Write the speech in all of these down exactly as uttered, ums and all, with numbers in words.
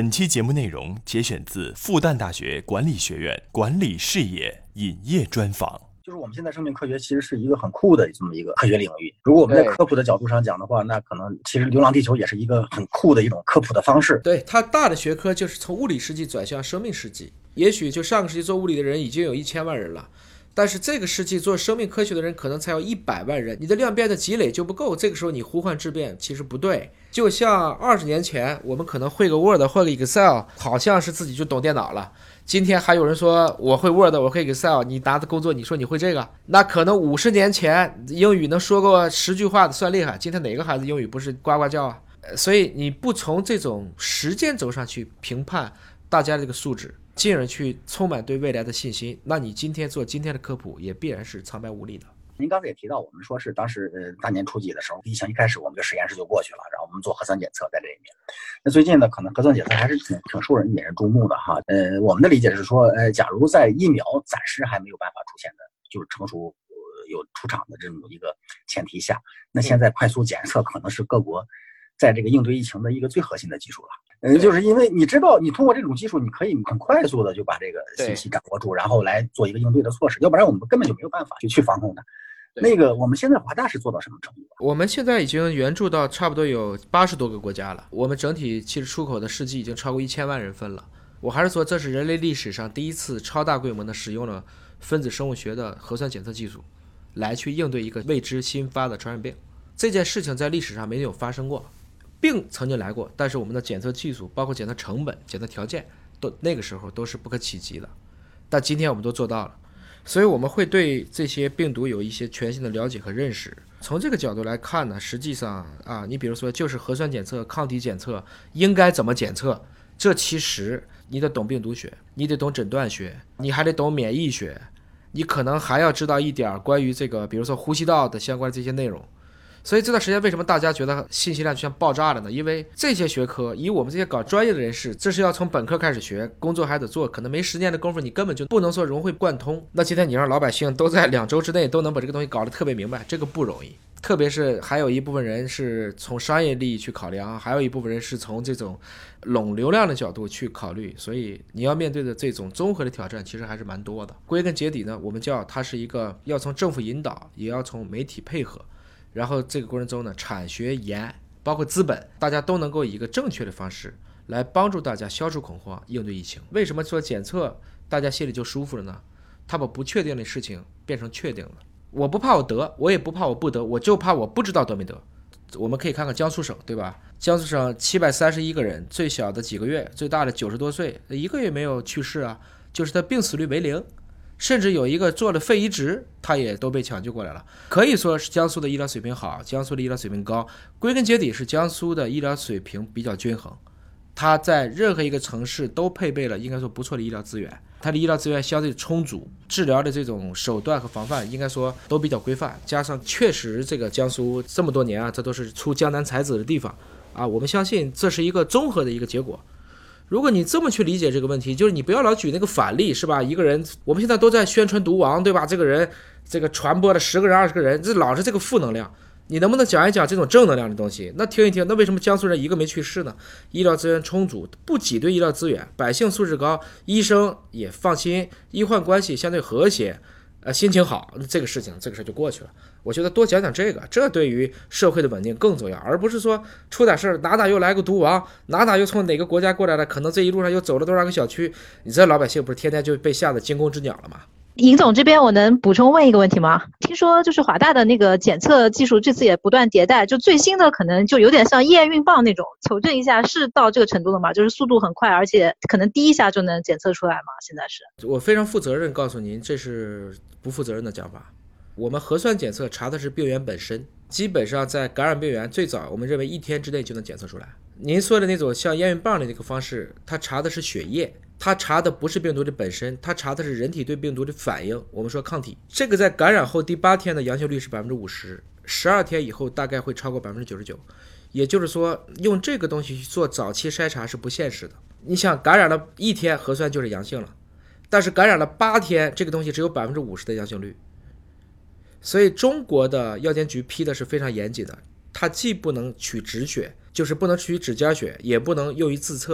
本期节目内容节选自复旦大学管理学院管理视野引业专访。 就是我们现在生命科学其实是一个很酷的这么一个科学领域。如果我们在科普的角度上讲的话，那可能其实《流浪地球》也是一个很酷的一种科普的方式。 对，它大的学科就是从物理世纪转向生命世纪。也许就上个世纪做物理的人已经有一千万人了，但是这个世纪做生命科学的人可能才有一百万人，你的量变的积累就不够，这个时候你呼唤质变其实不对。就像二十年前我们可能会个 Word 会个 Excel， 好像是自己就懂电脑了。今天还有人说我会 Word 我会 Excel， 你拿的工作你说你会这个，那可能五十年前英语能说过十句话的算厉害，今天哪个孩子英语不是呱呱叫啊？所以你不从这种时间轴上去评判大家这个素质，进而去充满对未来的信心，那你今天做今天的科普也必然是苍白无力的。 您刚才也提到，我们说是当时呃大年初几的时候，疫情一开始，我们这实验室就过去了，然后我们做核酸检测在这里面。那最近呢，可能核酸检测还是挺挺受人引人注目的哈。呃，我们的理解是说，呃，假如在疫苗暂时还没有办法出现的，就是成熟、呃、有出厂的这么一个前提下，那现在快速检测可能是各国在这个应对疫情的一个最核心的技术了。呃，就是因为你知道，你通过这种技术，你可以很快速的就把这个信息掌握住，然后来做一个应对的措施，要不然我们根本就没有办法去去防控它。那个我们现在华大是做到什么程度？ 我们现在已经援助到差不多有八十多个国家了，我们整体其实出口的试剂已经超过一千万人份了。我还是说，这是人类历史上第一次超大规模的使用了分子生物学的核酸检测技术，来去应对一个未知新发的传染病。这件事情在历史上没有发生过，病曾经来过，但是我们的检测技术，包括检测成本、检测条件，都那个时候都是不可企及的。但今天我们都做到了。所以我们会对这些病毒有一些全新的了解和认识。从这个角度来看呢，实际上啊，你比如说就是核酸检测、抗体检测应该怎么检测，这其实你得懂病毒学，你得懂诊断学，你还得懂免疫学，你可能还要知道一点关于这个比如说呼吸道的相关的这些内容。所以这段时间为什么大家觉得信息量就像爆炸了呢？因为这些学科以我们这些搞专业的人士，这是要从本科开始学，工作还得做，可能没十年的功夫你根本就不能说融会贯通。那今天你让老百姓都在两周之内都能把这个东西搞得特别明白，这个不容易。特别是还有一部分人是从商业利益去考量，还有一部分人是从这种拢流量的角度去考虑，所以你要面对的这种综合的挑战其实还是蛮多的。归根结底呢，我们叫它是一个要从政府引导，也要从媒体配合，然后这个过程中呢，产学研包括资本，大家都能够以一个正确的方式来帮助大家消除恐慌，应对疫情。为什么说检测大家心里就舒服了呢？他把不确定的事情变成确定了。我不怕我得，我也不怕我不得，我就怕我不知道得没得。我们可以看看江苏省，对吧？江苏省七百三十一个人，最小的几个月，最大的九十多岁，一个也没有去世啊，就是他病死率为零。甚至有一个做了肺移植，他也都被抢救过来了。可以说是江苏的医疗水平好，江苏的医疗水平高，归根结底是江苏的医疗水平比较均衡。它在任何一个城市都配备了应该说不错的医疗资源，它的医疗资源相对充足，治疗的这种手段和防范应该说都比较规范。加上确实这个江苏这么多年啊，这都是出江南才子的地方啊，我们相信这是一个综合的一个结果。如果你这么去理解这个问题，就是你不要老举那个反例，是吧？一个人，我们现在都在宣传毒王，对吧？这个人，这个传播了十个人、二十个人，这老是这个负能量。你能不能讲一讲这种正能量的东西？那听一听，那为什么江苏人一个没去世呢？医疗资源充足，不挤兑医疗资源，百姓素质高，医生也放心，医患关系相对和谐。呃，心情好，这个事情这个事就过去了。我觉得多讲讲这个，这对于社会的稳定更重要，而不是说出点事儿，哪哪又来个毒王，哪哪又从哪个国家过来了，可能这一路上又走了多少个小区，你这老百姓不是天天就被吓得惊弓之鸟了吗？ 尹总这边我能补充问一个问题吗？听说就是华大的那个检测技术这次也不断迭代，就最新的可能就有点像验孕棒那种，求证一下是到这个程度了吗？就是速度很快，而且可能滴一下就能检测出来吗？现在是我非常负责任告诉您，这是不负责任的讲法。我们核酸检测查的是病原本身，基本上在感染病原最早我们认为一天之内就能检测出来。您说的那种像验孕棒的那个方式，它查的是血液，它查的不是病毒的本身，它查的是人体对病毒的反应，我们说抗体。这个在感染后第八天的阳性率是 百分之五十， 十二天以后大概会超过 百分之九十九。 也就是说用这个东西去做早期筛查是不现实的。你想感染了一天核酸就是阳性了，但是感染了八天这个东西只有 百分之五十 的阳性率。所以中国的药监局批的是非常严谨的，它既不能取止血，就是不能取指尖血，也不能用于自测，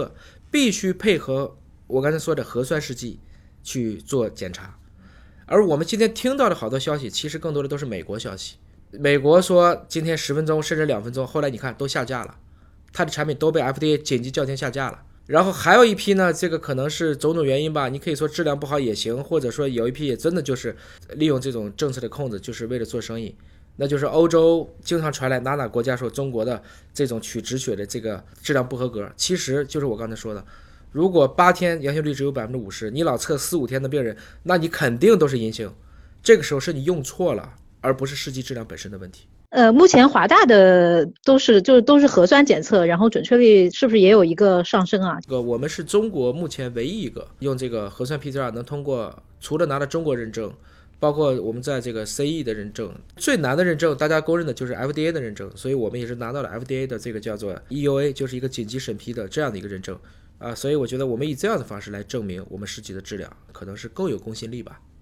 必须配合我刚才说的核酸试剂去做检查。而我们今天听到的好多消息，其实更多的都是美国消息。美国说今天十分钟甚至两分钟，后来你看都下架了，它的产品都被 F D A 紧急叫停下架了。然后还有一批呢，这个可能是种种原因吧，你可以说质量不好也行，或者说有一批也真的就是利用这种政策的控制，就是为了做生意。那就是欧洲经常传来哪哪国家说中国的这种取止血的这个质量不合格，其实就是我刚才说的，如果八天阳性率只有 百分之五十， 你老测四五天的病人，那你肯定都是阴性，这个时候是你用错了，而不是试剂质量本身的问题。 呃，目前华大的都是就是都是核酸检测，然后准确率是不是也有一个上升啊？ 这个我们是中国目前唯一一个用这个核酸 P C R 能通过，除了拿到中国认证，包括我们在这个 C E 的认证，最难的认证大家公认的就是 F D A 的认证，所以我们也是拿到了 F D A 的这个叫做 E U A， 就是一个紧急审批的这样的一个认证啊，所以我觉得我们以这样的方式来证明我们试剂的质量，可能是更有公信力吧。